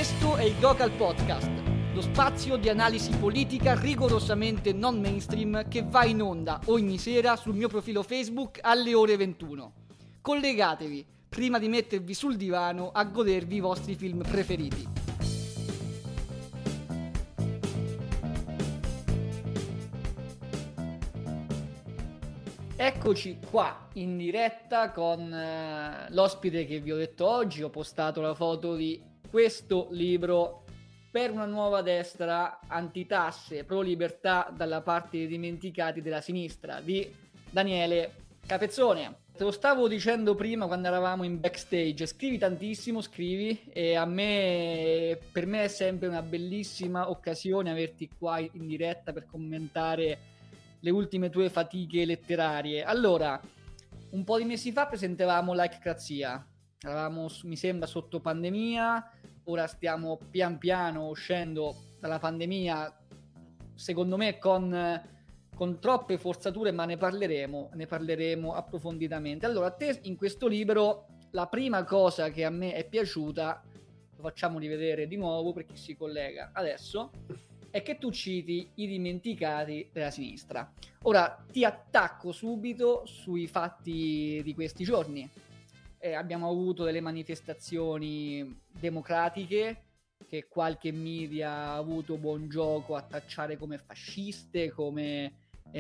Questo è il Gokal Podcast, lo spazio di analisi politica rigorosamente non mainstream che va in onda ogni sera sul mio profilo Facebook alle ore 21. Collegatevi prima di mettervi sul divano a godervi i vostri film preferiti. Eccoci qua in diretta con l'ospite che vi ho detto oggi. Ho postato la foto di questo libro, Per una nuova destra, antitasse, pro libertà dalla parte dei dimenticati della sinistra, di Daniele Capezzone. Te lo stavo dicendo prima quando eravamo in backstage, scrivi tantissimo, scrivi, e per me è sempre una bellissima occasione averti qua in diretta per commentare le ultime tue fatiche letterarie. Allora, un po' di mesi fa presentavamo Likerazia, eravamo mi sembra sotto pandemia, ora stiamo pian piano uscendo dalla pandemia, secondo me con troppe forzature, ma ne parleremo approfonditamente. Allora, a te in questo libro la prima cosa che a me è piaciuta, lo facciamo rivedere di nuovo per chi si collega adesso, è che tu citi i dimenticati della sinistra. Ora ti attacco subito sui fatti di questi giorni. Abbiamo avuto delle manifestazioni democratiche che qualche media ha avuto buon gioco a tacciare come fasciste, come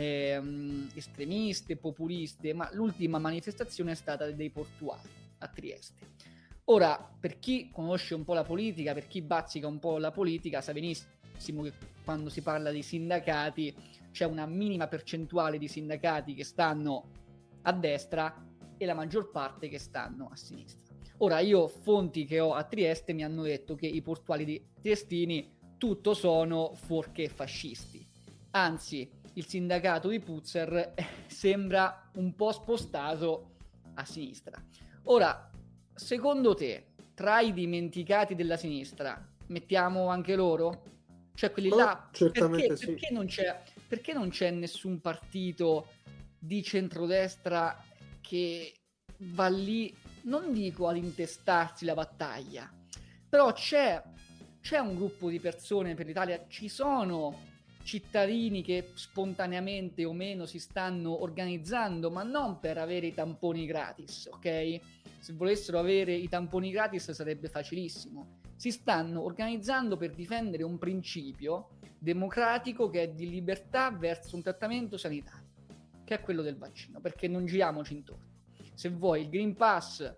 estremiste, populiste, ma l'ultima manifestazione è stata dei portuali a Trieste. Ora, per chi conosce un po' la politica, per chi bazzica un po' la politica, sa benissimo che quando si parla di sindacati c'è una minima percentuale di sindacati che stanno a destra e la maggior parte che stanno a sinistra. Ora, io fonti che ho a Trieste mi hanno detto che i portuali di triestini tutto sono fuorché fascisti. Anzi, il sindacato di Puzzer sembra un po' spostato a sinistra. Ora, secondo te, tra i dimenticati della sinistra, mettiamo anche loro? Cioè quelli là, certamente sì. Perché non c'è nessun partito di centrodestra che va lì, non dico ad intestarsi la battaglia, però c'è un gruppo di persone per l'Italia, ci sono cittadini che spontaneamente o meno si stanno organizzando, ma non per avere i tamponi gratis, ok? Se volessero avere i tamponi gratis sarebbe facilissimo. Si stanno organizzando per difendere un principio democratico che è di libertà verso un trattamento sanitario, che è quello del vaccino, perché non giriamoci intorno. Se vuoi il Green Pass,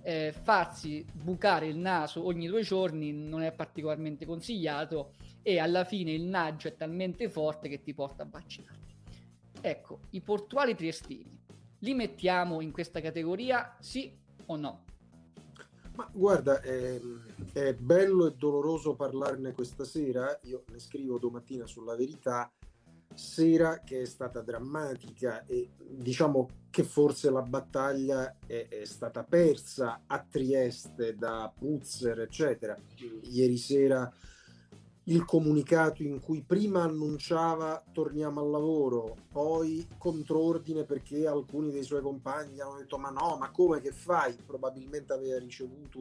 farsi bucare il naso ogni 2 giorni non è particolarmente consigliato, e alla fine il naggio è talmente forte che ti porta a vaccinarti. Ecco, i portuali triestini li mettiamo in questa categoria, sì o no? Ma guarda, è bello e doloroso parlarne questa sera. Io ne scrivo domattina sulla Verità, sera che è stata drammatica, e diciamo che forse la battaglia è stata persa a Trieste da Puzzer, eccetera. Ieri sera il comunicato in cui prima annunciava torniamo al lavoro, poi contrordine perché alcuni dei suoi compagni hanno detto ma no, ma come, che fai? Probabilmente aveva ricevuto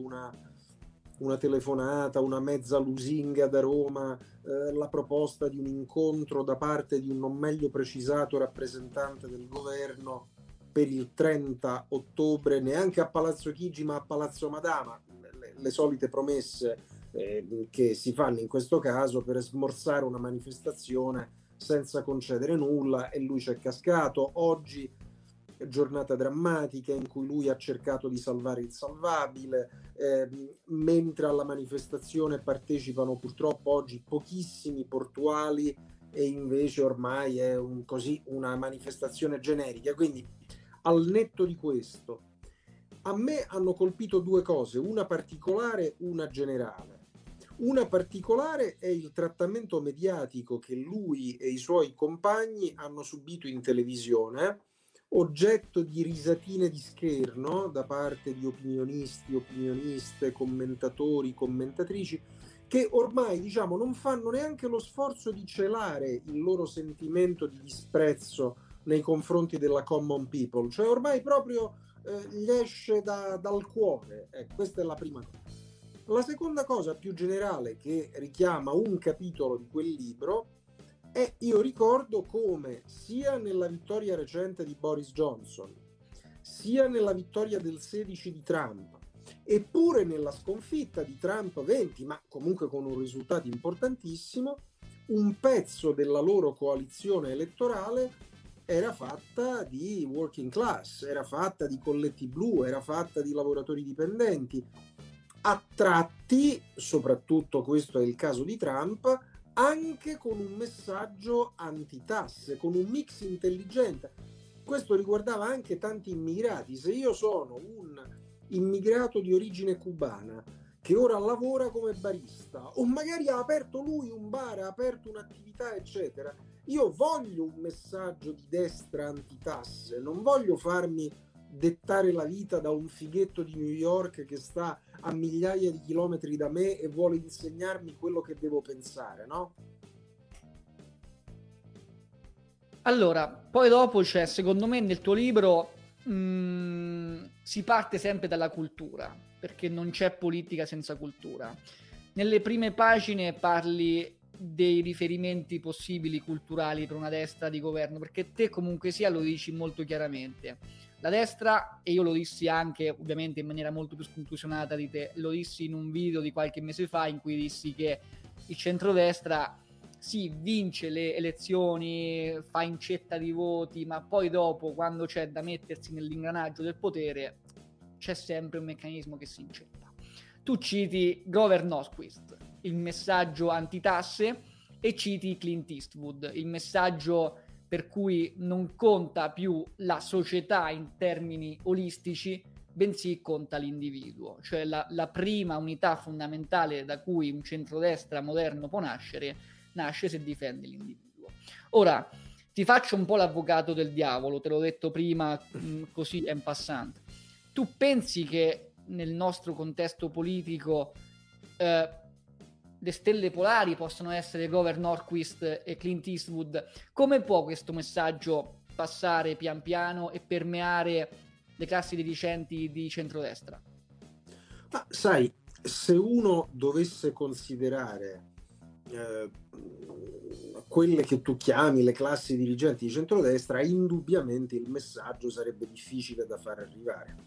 una telefonata, una mezza lusinga da Roma, la proposta di un incontro da parte di un non meglio precisato rappresentante del governo per il 30 ottobre, neanche a Palazzo Chigi ma a Palazzo Madama, le solite promesse che si fanno in questo caso per smorzare una manifestazione senza concedere nulla, e lui c'è cascato. Oggi giornata drammatica in cui lui ha cercato di salvare il salvabile, mentre alla manifestazione partecipano purtroppo oggi pochissimi portuali, e invece ormai è una manifestazione generica. Quindi al netto di questo, a me hanno colpito 2 cose, una particolare, una generale. Una particolare è il trattamento mediatico che lui e i suoi compagni hanno subito in televisione, oggetto di risatine di scherno da parte di opinionisti, opinioniste, commentatori, commentatrici, che ormai, diciamo, non fanno neanche lo sforzo di celare il loro sentimento di disprezzo nei confronti della common people, cioè ormai proprio gli esce dal cuore. Questa è la prima cosa. La seconda cosa più generale che richiama un capitolo di quel libro è, io ricordo come sia nella vittoria recente di Boris Johnson, sia nella vittoria del 16 di Trump, eppure nella sconfitta di Trump 20, ma comunque con un risultato importantissimo, un pezzo della loro coalizione elettorale era fatta di working class, era fatta di colletti blu, era fatta di lavoratori dipendenti, a tratti, soprattutto questo è il caso di Trump, anche con un messaggio antitasse, con un mix intelligente. Questo riguardava anche tanti immigrati. Se io sono un immigrato di origine cubana che ora lavora come barista, o magari ha aperto lui un bar, ha aperto un'attività, eccetera, io voglio un messaggio di destra antitasse, non voglio farmi dettare la vita da un fighetto di New York che sta a migliaia di chilometri da me e vuole insegnarmi quello che devo pensare, no? Allora, poi dopo c'è, secondo me, nel tuo libro si parte sempre dalla cultura, perché non c'è politica senza cultura. Nelle prime pagine parli dei riferimenti possibili culturali per una destra di governo, perché te comunque sia lo dici molto chiaramente. La destra, e io lo dissi anche ovviamente in maniera molto più sconclusionata di te, lo dissi in un video di qualche mese fa in cui dissi che il centrodestra sì, vince le elezioni, fa incetta di voti, ma poi dopo, quando c'è da mettersi nell'ingranaggio del potere, c'è sempre un meccanismo che si incetta. Tu citi Grover Norquist, il messaggio antitasse, e citi Clint Eastwood, il messaggio per cui non conta più la società in termini olistici, bensì conta l'individuo, cioè la prima unità fondamentale da cui un centrodestra moderno può nasce se difende l'individuo. Ora, ti faccio un po' l'avvocato del diavolo, te l'ho detto prima, così en passant. Tu pensi che nel nostro contesto politico le stelle polari possono essere Grover Norquist e Clint Eastwood? Come può questo messaggio passare pian piano e permeare le classi dirigenti di centrodestra? Ma sai, se uno dovesse considerare quelle che tu chiami le classi dirigenti di centrodestra, indubbiamente il messaggio sarebbe difficile da far arrivare,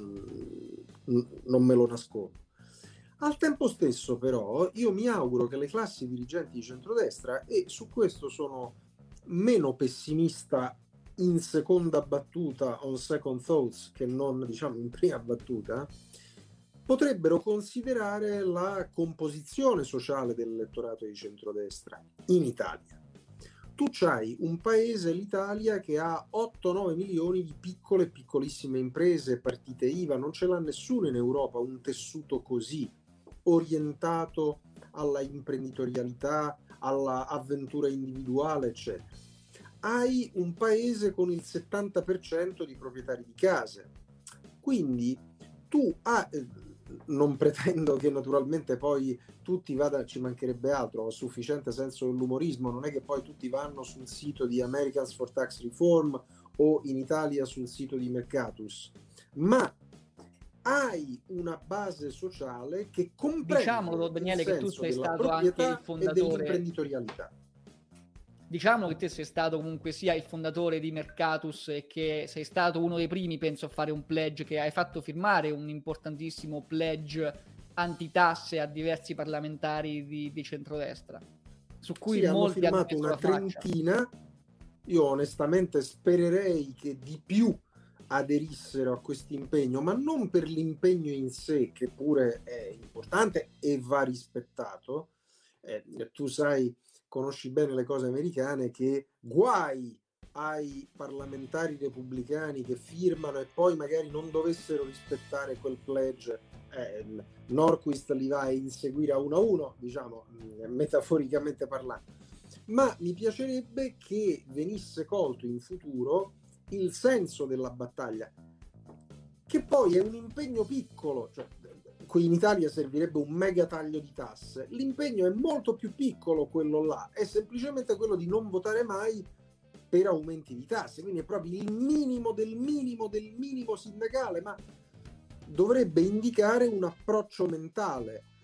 non me lo nascondo. Al tempo stesso però io mi auguro che le classi dirigenti di centrodestra, e su questo sono meno pessimista in seconda battuta, on second thoughts, che non diciamo in prima battuta, potrebbero considerare la composizione sociale dell'elettorato di centrodestra in Italia. Tu c'hai un paese, l'Italia, che ha 8-9 milioni di piccole e piccolissime imprese, partite IVA, non ce l'ha nessuno in Europa un tessuto così orientato alla imprenditorialità, alla avventura individuale, eccetera. Hai un paese con il 70% di proprietari di case, quindi tu non pretendo che naturalmente poi tutti ci mancherebbe altro, ho sufficiente senso dell'umorismo, non è che poi tutti vanno sul sito di Americans for Tax Reform o in Italia sul sito di Mercatus, ma hai una base sociale che comprende, diciamolo, Daniele, che tu sei stato anche il fondatore e dell'imprenditorialità. Diciamo che te sei stato comunque sia il fondatore di Mercatus e che sei stato uno dei primi, penso, a fare un pledge, che hai fatto firmare un importantissimo pledge antitasse a diversi parlamentari di centrodestra, su cui sì, molti hanno firmato una trentina. Io onestamente spererei che di più aderissero a questo impegno, ma non per l'impegno in sé, che pure è importante e va rispettato. Tu sai, conosci bene le cose americane, che guai ai parlamentari repubblicani che firmano e poi magari non dovessero rispettare quel pledge. Norquist li va a inseguire a uno, diciamo, metaforicamente parlando. Ma mi piacerebbe che venisse colto in futuro il senso della battaglia, che poi è un impegno piccolo, cioè qui in Italia servirebbe un mega taglio di tasse, l'impegno è molto più piccolo, quello là è semplicemente quello di non votare mai per aumenti di tasse, quindi è proprio il minimo del minimo del minimo sindacale, ma dovrebbe indicare un approccio mentale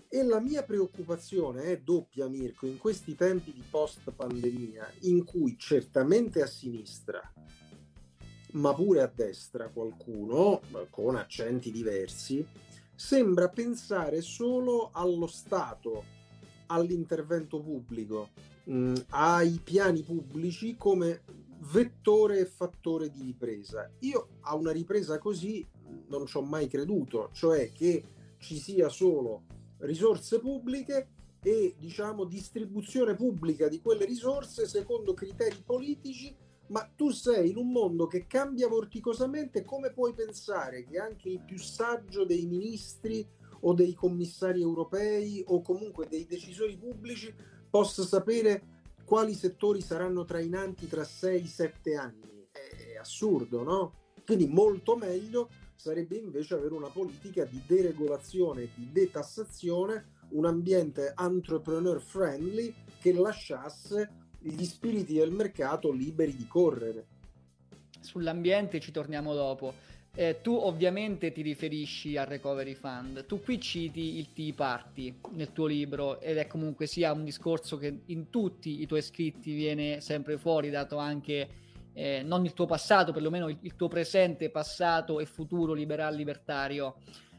E la mia preoccupazione è doppia, Mirko, in questi tempi di post-pandemia, in cui certamente a sinistra, ma pure a destra qualcuno, con accenti diversi, sembra pensare solo allo Stato, all'intervento pubblico, ai piani pubblici come vettore e fattore di ripresa. Io a una ripresa così non ci ho mai creduto, cioè che ci sia solo risorse pubbliche e, diciamo, distribuzione pubblica di quelle risorse secondo criteri politici. Ma tu sei in un mondo che cambia vorticosamente, come puoi pensare che anche il più saggio dei ministri o dei commissari europei o comunque dei decisori pubblici possa sapere quali settori saranno trainanti tra 6-7 anni? È assurdo, no? Quindi molto meglio sarebbe invece avere una politica di deregolazione e di detassazione, un ambiente entrepreneur friendly che lasciasse gli spiriti del mercato liberi di correre. Sull'ambiente ci torniamo dopo. Tu ovviamente ti riferisci al Recovery Fund, tu qui citi il Tea Party nel tuo libro ed è comunque sia un discorso che in tutti i tuoi scritti viene sempre fuori, dato anche non il tuo passato, perlomeno il tuo presente, passato e futuro liberal-libertario.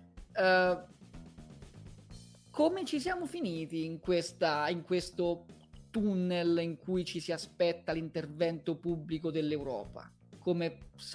Come ci siamo finiti in questo tunnel in cui ci si aspetta l'intervento pubblico dell'Europa come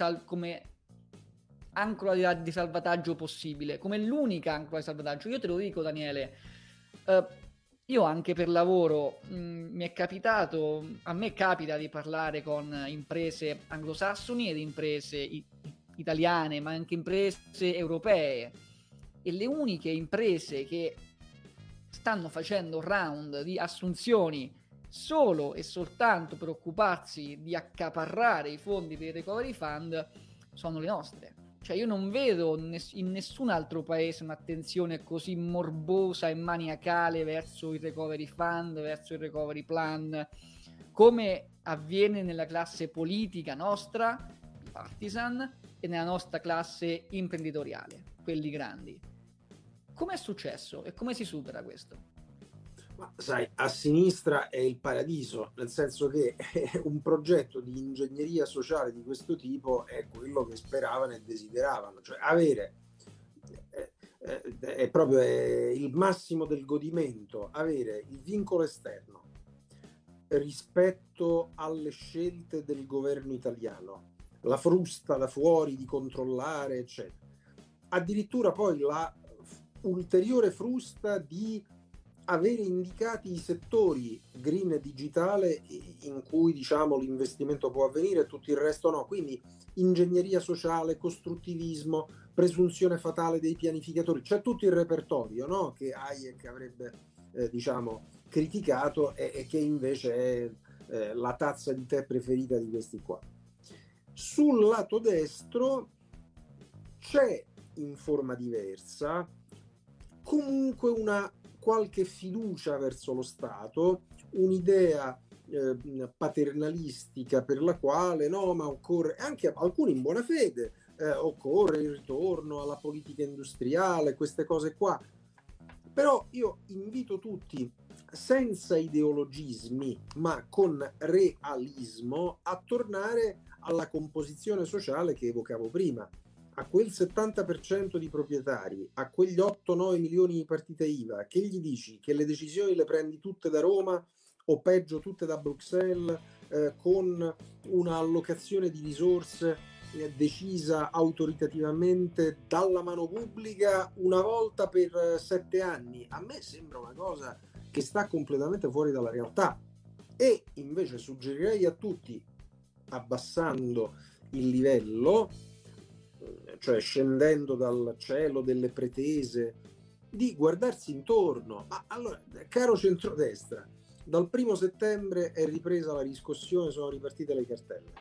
ancora di salvataggio possibile, come l'unica ancora di salvataggio? Io te lo dico, Daniele, io anche per lavoro mi è capitato, a me capita di parlare con imprese anglosassoni ed imprese italiane, ma anche imprese europee, e le uniche imprese che stanno facendo round di assunzioni solo e soltanto per occuparsi di accaparrare i fondi per il Recovery Fund sono le nostre. Cioè io non vedo in nessun altro paese un'attenzione così morbosa e maniacale verso il Recovery Fund, verso il Recovery Plan, come avviene nella classe politica nostra, partisan, e nella nostra classe imprenditoriale, quelli grandi. Come è successo e come si supera questo? Ma sai, a sinistra è il paradiso, nel senso che un progetto di ingegneria sociale di questo tipo è quello che speravano e desideravano, cioè avere è proprio il massimo del godimento, avere il vincolo esterno rispetto alle scelte del governo italiano, la frusta da fuori di controllare, eccetera. Addirittura poi la ulteriore frusta di avere indicati i settori green e digitale in cui, diciamo, l'investimento può avvenire e tutto il resto no. Quindi ingegneria sociale, costruttivismo, presunzione fatale dei pianificatori, c'è tutto il repertorio, no? Che Hayek avrebbe diciamo criticato e che invece è la tazza di tè preferita di questi qua. Sul lato destro c'è, in forma diversa, comunque una qualche fiducia verso lo Stato, un'idea paternalistica per la quale no, ma occorre, anche alcuni in buona fede, occorre il ritorno alla politica industriale, queste cose qua. Però io invito tutti, senza ideologismi, ma con realismo, a tornare alla composizione sociale che evocavo prima. A quel 70% di proprietari, a quegli 8-9 milioni di partite IVA, che gli dici che le decisioni le prendi tutte da Roma o peggio tutte da Bruxelles, con una allocazione di risorse decisa autoritativamente dalla mano pubblica una volta per 7 anni, a me sembra una cosa che sta completamente fuori dalla realtà. E invece suggerirei a tutti, abbassando il livello, cioè scendendo dal cielo delle pretese, di guardarsi intorno. Ma allora, caro centrodestra, dal 1° settembre è ripresa la riscossione, sono ripartite le cartelle.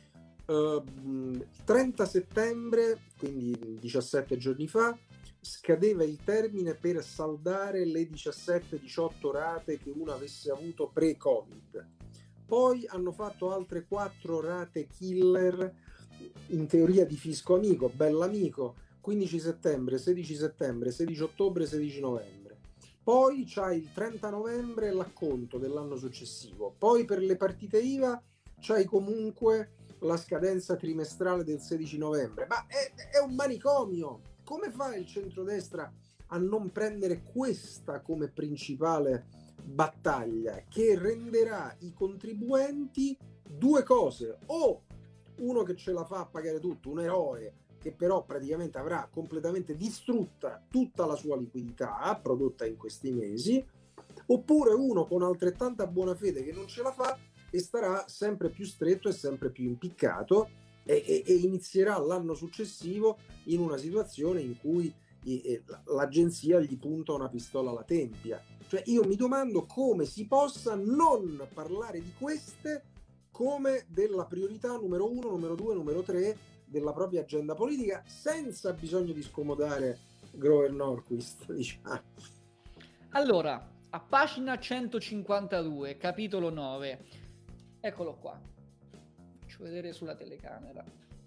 30 settembre, quindi 17 giorni fa, scadeva il termine per saldare le 17-18 rate che uno avesse avuto pre-Covid. Poi hanno fatto altre 4 rate killer, in teoria di fisco amico, bell'amico, 15 settembre, 16 settembre, 16 ottobre, 16 novembre. poi c'hai il 30 novembre l'acconto dell'anno successivo, poi per le partite IVA c'hai comunque la scadenza trimestrale del 16 novembre, ma è un manicomio. Come fa il centrodestra a non prendere questa come principale battaglia che renderà i contribuenti due cose: o uno che ce la fa a pagare tutto, un eroe che però praticamente avrà completamente distrutta tutta la sua liquidità prodotta in questi mesi, oppure uno con altrettanta buona fede che non ce la fa e starà sempre più stretto e sempre più impiccato e inizierà l'anno successivo in una situazione in cui l'agenzia gli punta una pistola alla tempia. Cioè io mi domando come si possa non parlare di queste come della priorità numero 1, numero 2, numero 3 della propria agenda politica, senza bisogno di scomodare Grover Norquist, diciamo. Allora, a pagina 152, capitolo 9, eccolo qua, faccio vedere sulla telecamera.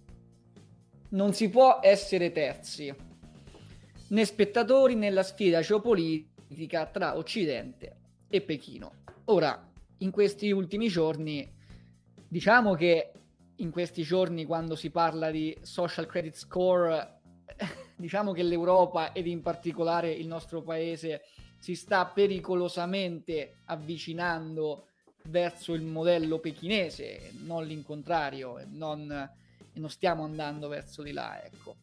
Non si può essere terzi, né spettatori nella sfida geopolitica tra Occidente e Pechino. Ora, in questi ultimi giorni, diciamo che in questi giorni, quando si parla di social credit score, diciamo che l'Europa ed in particolare il nostro paese si sta pericolosamente avvicinando verso il modello pechinese, non l'incontrario, e non stiamo andando verso di là, ecco.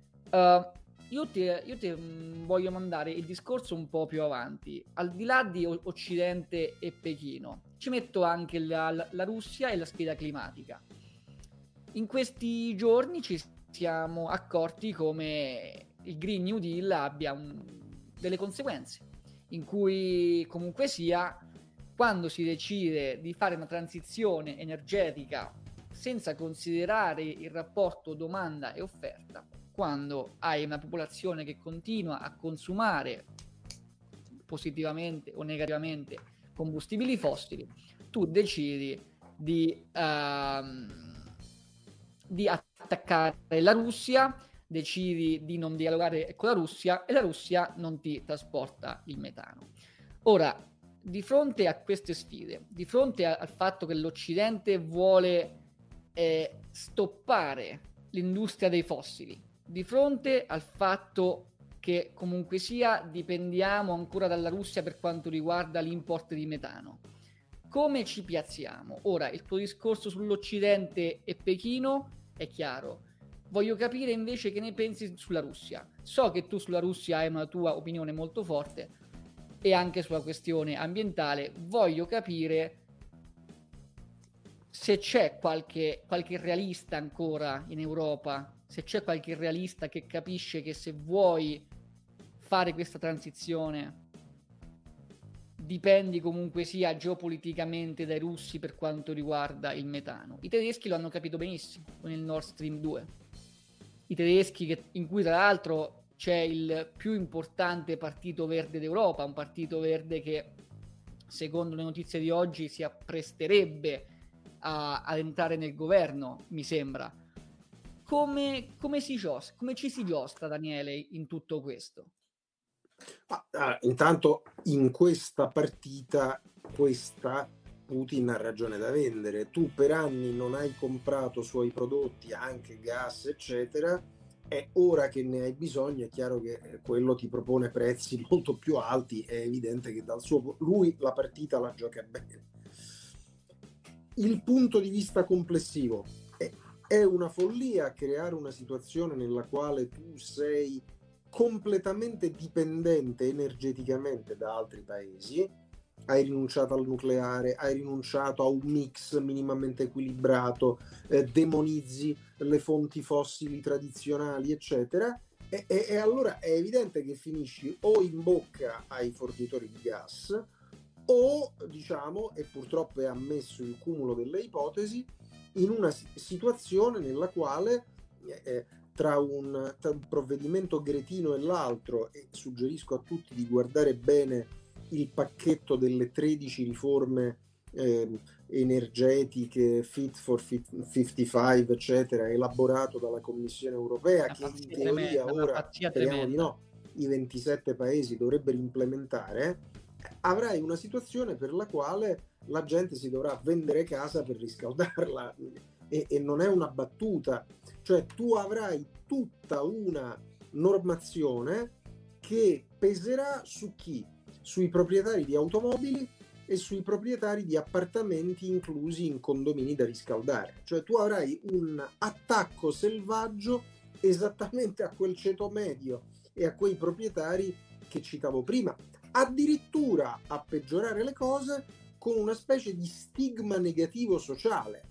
Io ti voglio mandare il discorso un po' più avanti. Al di là di Occidente e Pechino, ci metto anche la Russia e la sfida climatica. In questi giorni ci siamo accorti come il Green New Deal abbia delle conseguenze, in cui comunque sia, quando si decide di fare una transizione energetica senza considerare il rapporto domanda e offerta, quando hai una popolazione che continua a consumare positivamente o negativamente combustibili fossili, tu decidi di attaccare la Russia, decidi di non dialogare con la Russia e la Russia non ti trasporta il metano. Ora, di fronte a queste sfide, di fronte al fatto che l'Occidente vuole stoppare l'industria dei fossili, di fronte al fatto che comunque sia dipendiamo ancora dalla Russia per quanto riguarda l'import di metano, come ci piazziamo? Ora, il tuo discorso sull'Occidente e Pechino è chiaro. Voglio capire invece che ne pensi sulla Russia. So che tu sulla Russia hai una tua opinione molto forte e anche sulla questione ambientale. Voglio capire se c'è qualche realista ancora in Europa, se c'è qualche realista che capisce che se vuoi fare questa transizione dipendi comunque sia geopoliticamente dai russi per quanto riguarda il metano. I tedeschi lo hanno capito benissimo con il Nord Stream 2. I tedeschi in cui tra l'altro c'è il più importante partito verde d'Europa, un partito verde che secondo le notizie di oggi si appresterebbe ad entrare nel governo, mi sembra. Come ci si giostra, Daniele, in tutto questo? Intanto in questa partita Putin ha ragione da vendere. Tu per anni non hai comprato suoi prodotti, anche gas eccetera, e ora che ne hai bisogno è chiaro che quello ti propone prezzi molto più alti. È evidente che lui la partita la gioca bene. Il punto di vista complessivo è una follia creare una situazione nella quale tu sei completamente dipendente energeticamente da altri paesi. Hai rinunciato al nucleare, hai rinunciato a un mix minimamente equilibrato, demonizzi le fonti fossili tradizionali eccetera, e allora è evidente che finisci o in bocca ai fornitori di gas o, diciamo, e purtroppo è ammesso il cumulo delle ipotesi, in una situazione nella quale tra un provvedimento gretino e l'altro, e suggerisco a tutti di guardare bene il pacchetto delle 13 riforme energetiche Fit for 55 eccetera, elaborato dalla Commissione europea, che in teoria ora speriamo di no, i 27 paesi dovrebbero implementare, avrai una situazione per la quale la gente si dovrà vendere casa per riscaldarla, e non è una battuta. Cioè tu avrai tutta una normazione che peserà su chi? Sui proprietari di automobili e sui proprietari di appartamenti inclusi in condomini da riscaldare. Cioè tu avrai un attacco selvaggio esattamente a quel ceto medio e a quei proprietari che citavo prima, addirittura a peggiorare le cose con una specie di stigma negativo sociale.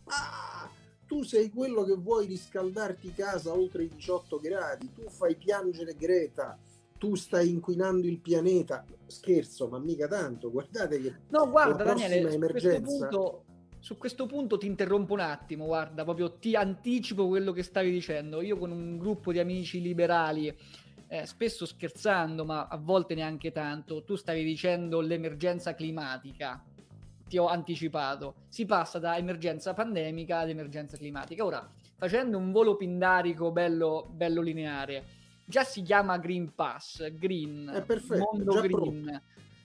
Tu sei quello che vuoi riscaldarti casa oltre i 18 gradi, tu fai piangere Greta, tu stai inquinando il pianeta. Scherzo, ma mica tanto. Guardate che no, guarda, la prossima Daniele, emergenza... su questo punto ti interrompo un attimo, guarda, proprio ti anticipo quello che stavi dicendo. Io con un gruppo di amici liberali, spesso scherzando, ma a volte neanche tanto, tu stavi dicendo l'emergenza climatica. Ti ho anticipato, si passa da emergenza pandemica ad emergenza climatica. Ora, facendo un volo pindarico bello lineare, già si chiama Green Pass, green, è perfetto, mondo già green.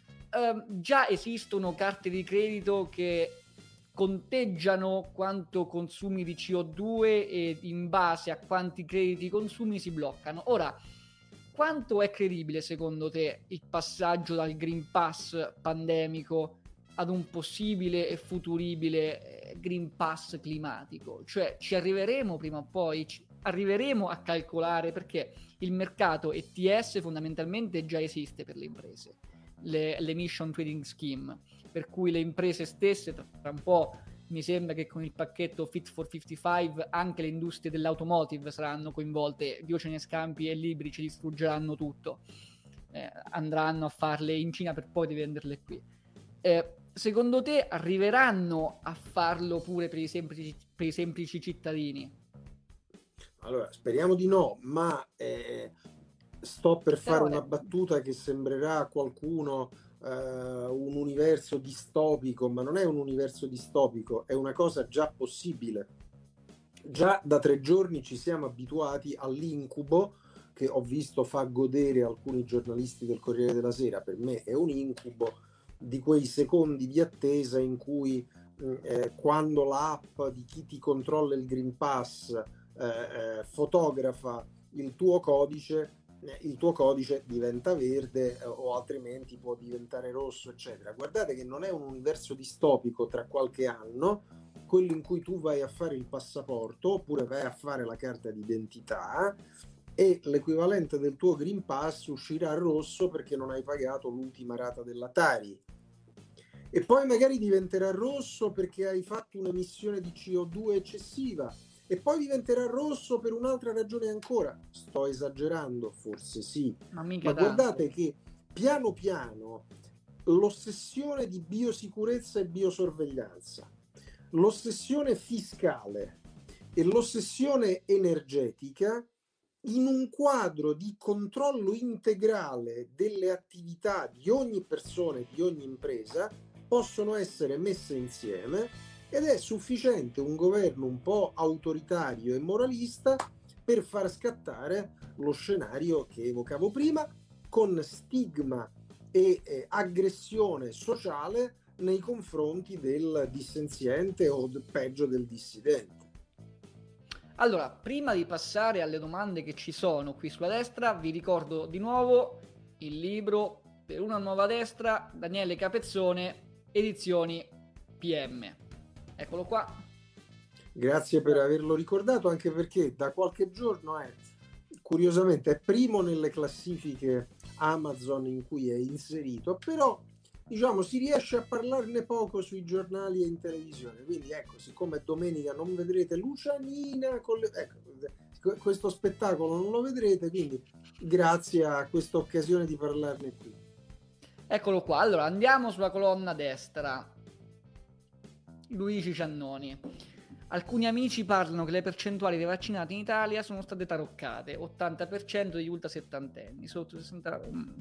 Già esistono carte di credito che conteggiano quanto consumi di CO2 e in base a quanti crediti consumi si bloccano. Ora, quanto è credibile secondo te il passaggio dal Green Pass pandemico ad un possibile e futuribile Green Pass climatico? Cioè, ci arriveremo prima o poi? Arriveremo a calcolare, perché il mercato ETS fondamentalmente già esiste per le imprese, l'Emission Trading Scheme, per cui le imprese stesse, tra un po' mi sembra che con il pacchetto Fit for 55 anche le industrie dell'automotive saranno coinvolte. Diocene Scampi e Libri ci distruggeranno tutto, andranno a farle in Cina per poi rivenderle qui. Secondo te arriveranno a farlo pure per i semplici cittadini? Allora, speriamo di no, ma sto per fare una battuta che sembrerà a qualcuno un universo distopico, ma non è un universo distopico, è una cosa già possibile. Già da 3 giorni ci siamo abituati all'incubo che ho visto fa godere alcuni giornalisti del Corriere della Sera. Per me è un incubo di quei secondi di attesa in cui quando l'app di chi ti controlla il Green Pass fotografa il tuo codice diventa verde o altrimenti può diventare rosso, eccetera. Guardate che non è un universo distopico tra qualche anno, quello in cui tu vai a fare il passaporto oppure vai a fare la carta d'identità e l'equivalente del tuo Green Pass uscirà rosso perché non hai pagato l'ultima rata della Tari. E poi magari diventerà rosso perché hai fatto un'emissione di CO2 eccessiva. E poi diventerà rosso per un'altra ragione ancora. Sto esagerando? Forse sì. Ma guardate che piano piano l'ossessione di biosicurezza e biosorveglianza, l'ossessione fiscale e l'ossessione energetica, in un quadro di controllo integrale delle attività di ogni persona e di ogni impresa, possono essere messe insieme. Ed è sufficiente un governo un po' autoritario e moralista per far scattare lo scenario che evocavo prima, con stigma e aggressione sociale nei confronti del dissenziente o peggio del dissidente. Allora, prima di passare alle domande che ci sono qui sulla destra, vi ricordo di nuovo il libro Per una nuova destra, Daniele Capezzone, edizioni PM. Eccolo qua. Grazie per averlo ricordato, anche perché da qualche giorno curiosamente è primo nelle classifiche Amazon in cui è inserito, però diciamo si riesce a parlarne poco sui giornali e in televisione, quindi ecco, siccome domenica non vedrete Lucianina con questo spettacolo non lo vedrete, quindi grazie a questa occasione di parlarne qui. Eccolo qua. Allora andiamo sulla colonna destra. Luigi Ciannoni. Alcuni amici parlano che le percentuali dei vaccinati in Italia sono state taroccate, 80% degli ultra settantenni, sotto 60.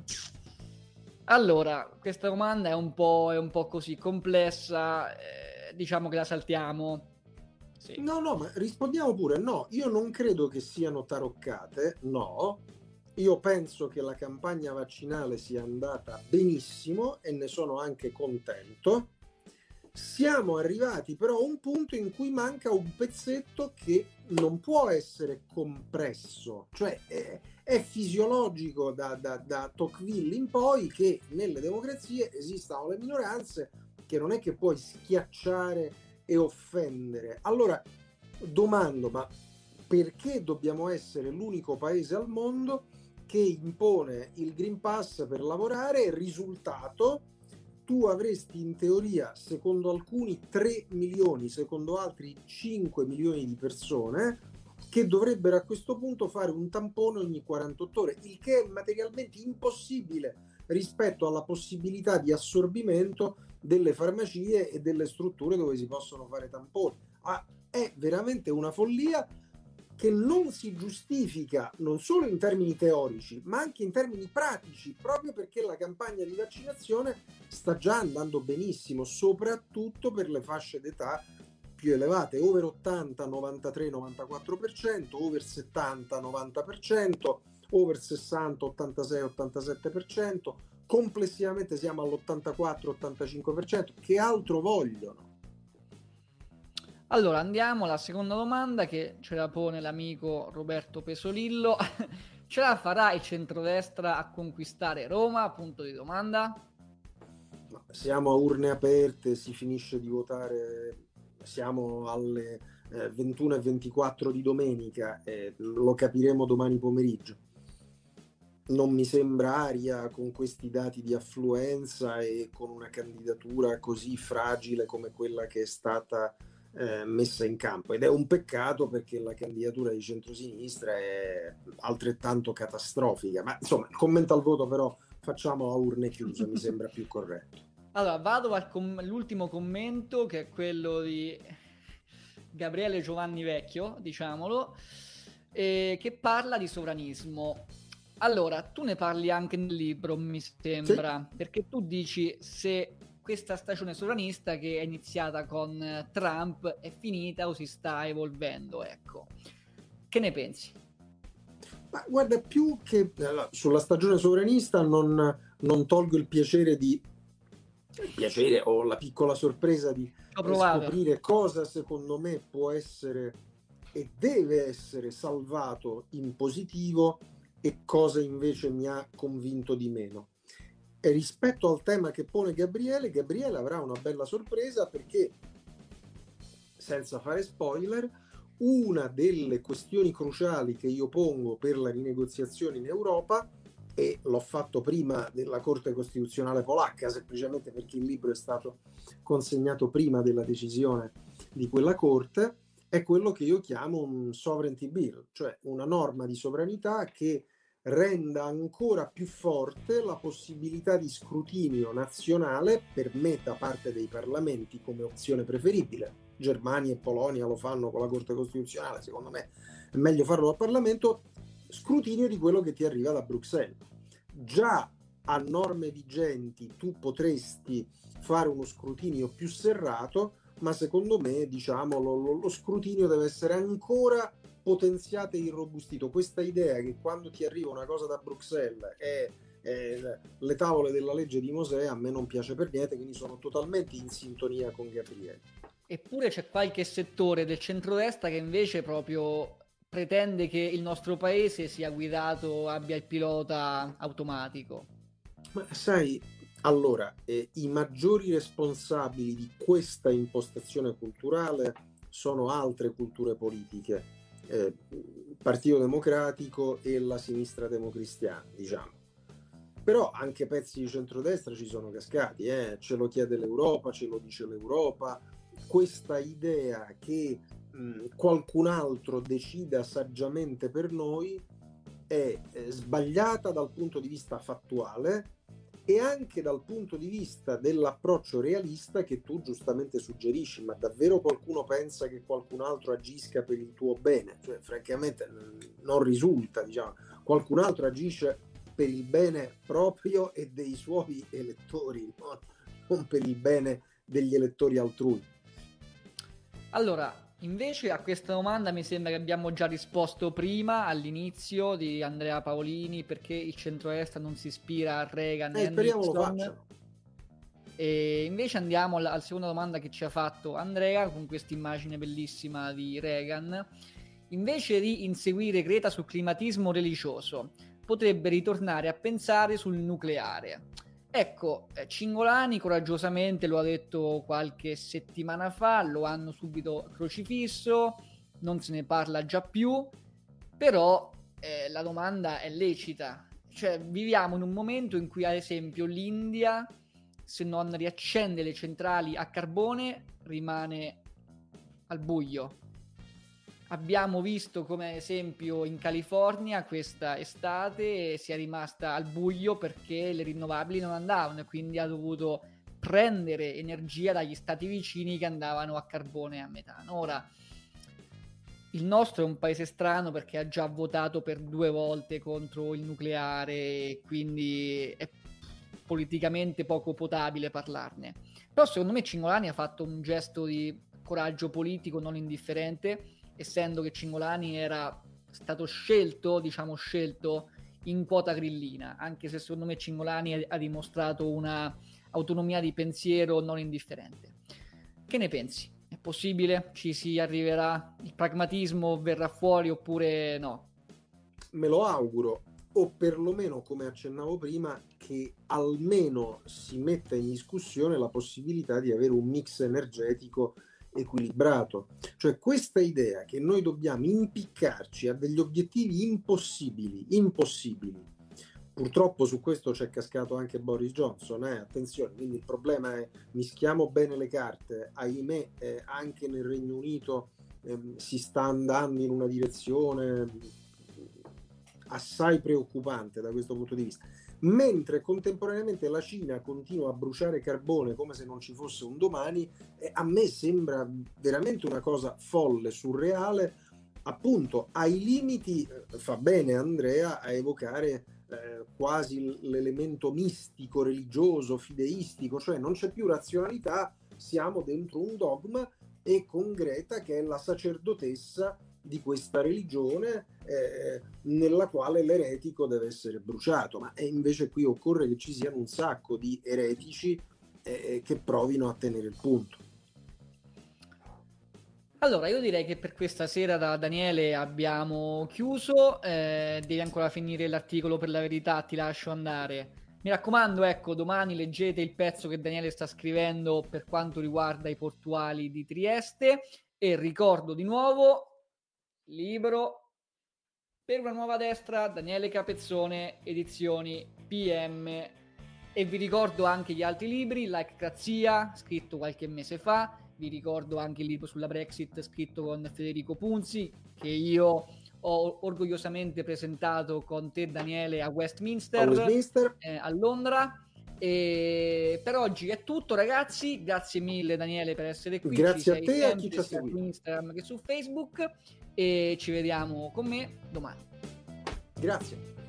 Allora, questa domanda è un po' così complessa, diciamo che la saltiamo. Sì. No, ma rispondiamo pure. No, io non credo che siano taroccate, no. Io penso che la campagna vaccinale sia andata benissimo e ne sono anche contento. Siamo arrivati però a un punto in cui manca un pezzetto che non può essere compresso, cioè è fisiologico da Tocqueville in poi che nelle democrazie esistano le minoranze che non è che puoi schiacciare e offendere. Allora domando, ma perché dobbiamo essere l'unico paese al mondo che impone il Green Pass per lavorare? Risultato, tu avresti in teoria, secondo alcuni, 3 milioni, secondo altri 5 milioni di persone che dovrebbero a questo punto fare un tampone ogni 48 ore, il che è materialmente impossibile rispetto alla possibilità di assorbimento delle farmacie e delle strutture dove si possono fare tamponi. È veramente una follia che non si giustifica non solo in termini teorici, ma anche in termini pratici, proprio perché la campagna di vaccinazione sta già andando benissimo, soprattutto per le fasce d'età più elevate, over 80, 93, 94%, over 70, 90%, over 60, 86, 87%, complessivamente siamo all'84, 85%. Che altro vogliono? Allora andiamo alla seconda domanda che ce la pone l'amico Roberto Pesolillo. Ce la farà il centrodestra a conquistare Roma? Punto di domanda. Siamo a urne aperte, si finisce di votare, siamo alle 21:24 di domenica, lo capiremo domani pomeriggio. Non mi sembra aria con questi dati di affluenza e con una candidatura così fragile come quella che è stata messa in campo, ed è un peccato perché la candidatura di centrosinistra è altrettanto catastrofica, ma insomma il commento al voto però facciamo a urne chiuse, mi sembra più corretto. Allora vado all'ultimo commento, che è quello di Gabriele Giovanni Vecchio, diciamolo, che parla di sovranismo. Allora, tu ne parli anche nel libro, mi sembra, sì, perché tu dici se questa stagione sovranista che è iniziata con Trump è finita o si sta evolvendo, ecco. Che ne pensi? Ma guarda, più che sulla stagione sovranista non tolgo il piacere o la piccola sorpresa di scoprire cosa secondo me può essere e deve essere salvato in positivo e cosa invece mi ha convinto di meno. E rispetto al tema che pone Gabriele avrà una bella sorpresa perché, senza fare spoiler, una delle questioni cruciali che io pongo per la rinegoziazione in Europa, e l'ho fatto prima della Corte Costituzionale polacca, semplicemente perché il libro è stato consegnato prima della decisione di quella Corte, è quello che io chiamo un sovereignty bill, cioè una norma di sovranità che renda ancora più forte la possibilità di scrutinio nazionale per me da parte dei parlamenti come opzione preferibile. Germania e Polonia lo fanno con la Corte Costituzionale, secondo me è meglio farlo dal Parlamento, scrutinio di quello che ti arriva da Bruxelles. Già a norme vigenti tu potresti fare uno scrutinio più serrato, ma secondo me lo scrutinio deve essere ancora potenziato e irrobustito. Questa idea che quando ti arriva una cosa da Bruxelles è le tavole della legge di Mosè a me non piace per niente, quindi sono totalmente in sintonia con Gabriele. Eppure c'è qualche settore del centrodestra che invece proprio pretende che il nostro paese sia guidato, abbia il pilota automatico. Ma sai, allora, i maggiori responsabili di questa impostazione culturale sono altre culture politiche, il Partito Democratico e la sinistra democristiana, diciamo. Però anche pezzi di centrodestra ci sono cascati, ce lo chiede l'Europa, ce lo dice l'Europa. Questa idea che qualcun altro decida saggiamente per noi è sbagliata dal punto di vista fattuale e anche dal punto di vista dell'approccio realista che tu giustamente suggerisci. Ma davvero qualcuno pensa che qualcun altro agisca per il tuo bene? Cioè, francamente non risulta, diciamo. Qualcun altro agisce per il bene proprio e dei suoi elettori, non per il bene degli elettori altrui. Allora, Invece a questa domanda mi sembra che abbiamo già risposto prima, all'inizio, di Andrea Paolini, perché il centrodestra non si ispira a Reagan e a Speriamo lo Nixon. facciano. E invece andiamo alla seconda domanda che ci ha fatto Andrea, con questa immagine bellissima di Reagan. Invece di inseguire Greta sul climatismo religioso, potrebbe ritornare a pensare sul nucleare. Ecco, Cingolani coraggiosamente lo ha detto qualche settimana fa, lo hanno subito crocifisso, non se ne parla già più, però la domanda è lecita. Cioè, viviamo in un momento in cui, ad esempio, l'India, se non riaccende le centrali a carbone, rimane al buio. Abbiamo visto come, ad esempio, in California questa estate sia rimasta al buio perché le rinnovabili non andavano e quindi ha dovuto prendere energia dagli stati vicini che andavano a carbone e a metano. Ora, il nostro è un paese strano perché ha già votato per 2 volte contro il nucleare e quindi è politicamente poco potabile parlarne. Però secondo me Cingolani ha fatto un gesto di coraggio politico non indifferente, essendo che Cingolani era stato scelto in quota grillina, anche se secondo me Cingolani ha dimostrato una autonomia di pensiero non indifferente. Che ne pensi? È possibile? Ci si arriverà? Il pragmatismo verrà fuori oppure no? Me lo auguro, o perlomeno, come accennavo prima, che almeno si metta in discussione la possibilità di avere un mix energetico equilibrato. Cioè questa idea che noi dobbiamo impiccarci a degli obiettivi impossibili. Purtroppo su questo c'è cascato anche Boris Johnson, attenzione, quindi il problema è mischiamo bene le carte, ahimè anche nel Regno Unito si sta andando in una direzione assai preoccupante da questo punto di vista, mentre contemporaneamente la Cina continua a bruciare carbone come se non ci fosse un domani. A me sembra veramente una cosa folle, surreale, appunto ai limiti. Fa bene Andrea a evocare quasi l'elemento mistico, religioso, fideistico, cioè non c'è più razionalità, siamo dentro un dogma, e con Greta che è la sacerdotessa di questa religione nella quale l'eretico deve essere bruciato, ma invece qui occorre che ci siano un sacco di eretici che provino a tenere il punto. Allora, io direi che per questa sera da Daniele abbiamo chiuso, devi ancora finire l'articolo per La Verità, ti lascio andare. Mi raccomando, ecco, domani leggete il pezzo che Daniele sta scrivendo per quanto riguarda i portuali di Trieste, e ricordo di nuovo, libro per una nuova destra, Daniele Capezzone, edizioni PM. E vi ricordo anche gli altri libri, Likerazia, scritto qualche mese fa. Vi ricordo anche il libro sulla Brexit scritto con Federico Punzi, che io ho orgogliosamente presentato con te, Daniele, a Westminster. A Londra. E per oggi è tutto, ragazzi. Grazie mille, Daniele, per essere qui. Grazie a te e a chi ci ha seguito su Instagram che su Facebook, e ci vediamo con me domani. Grazie.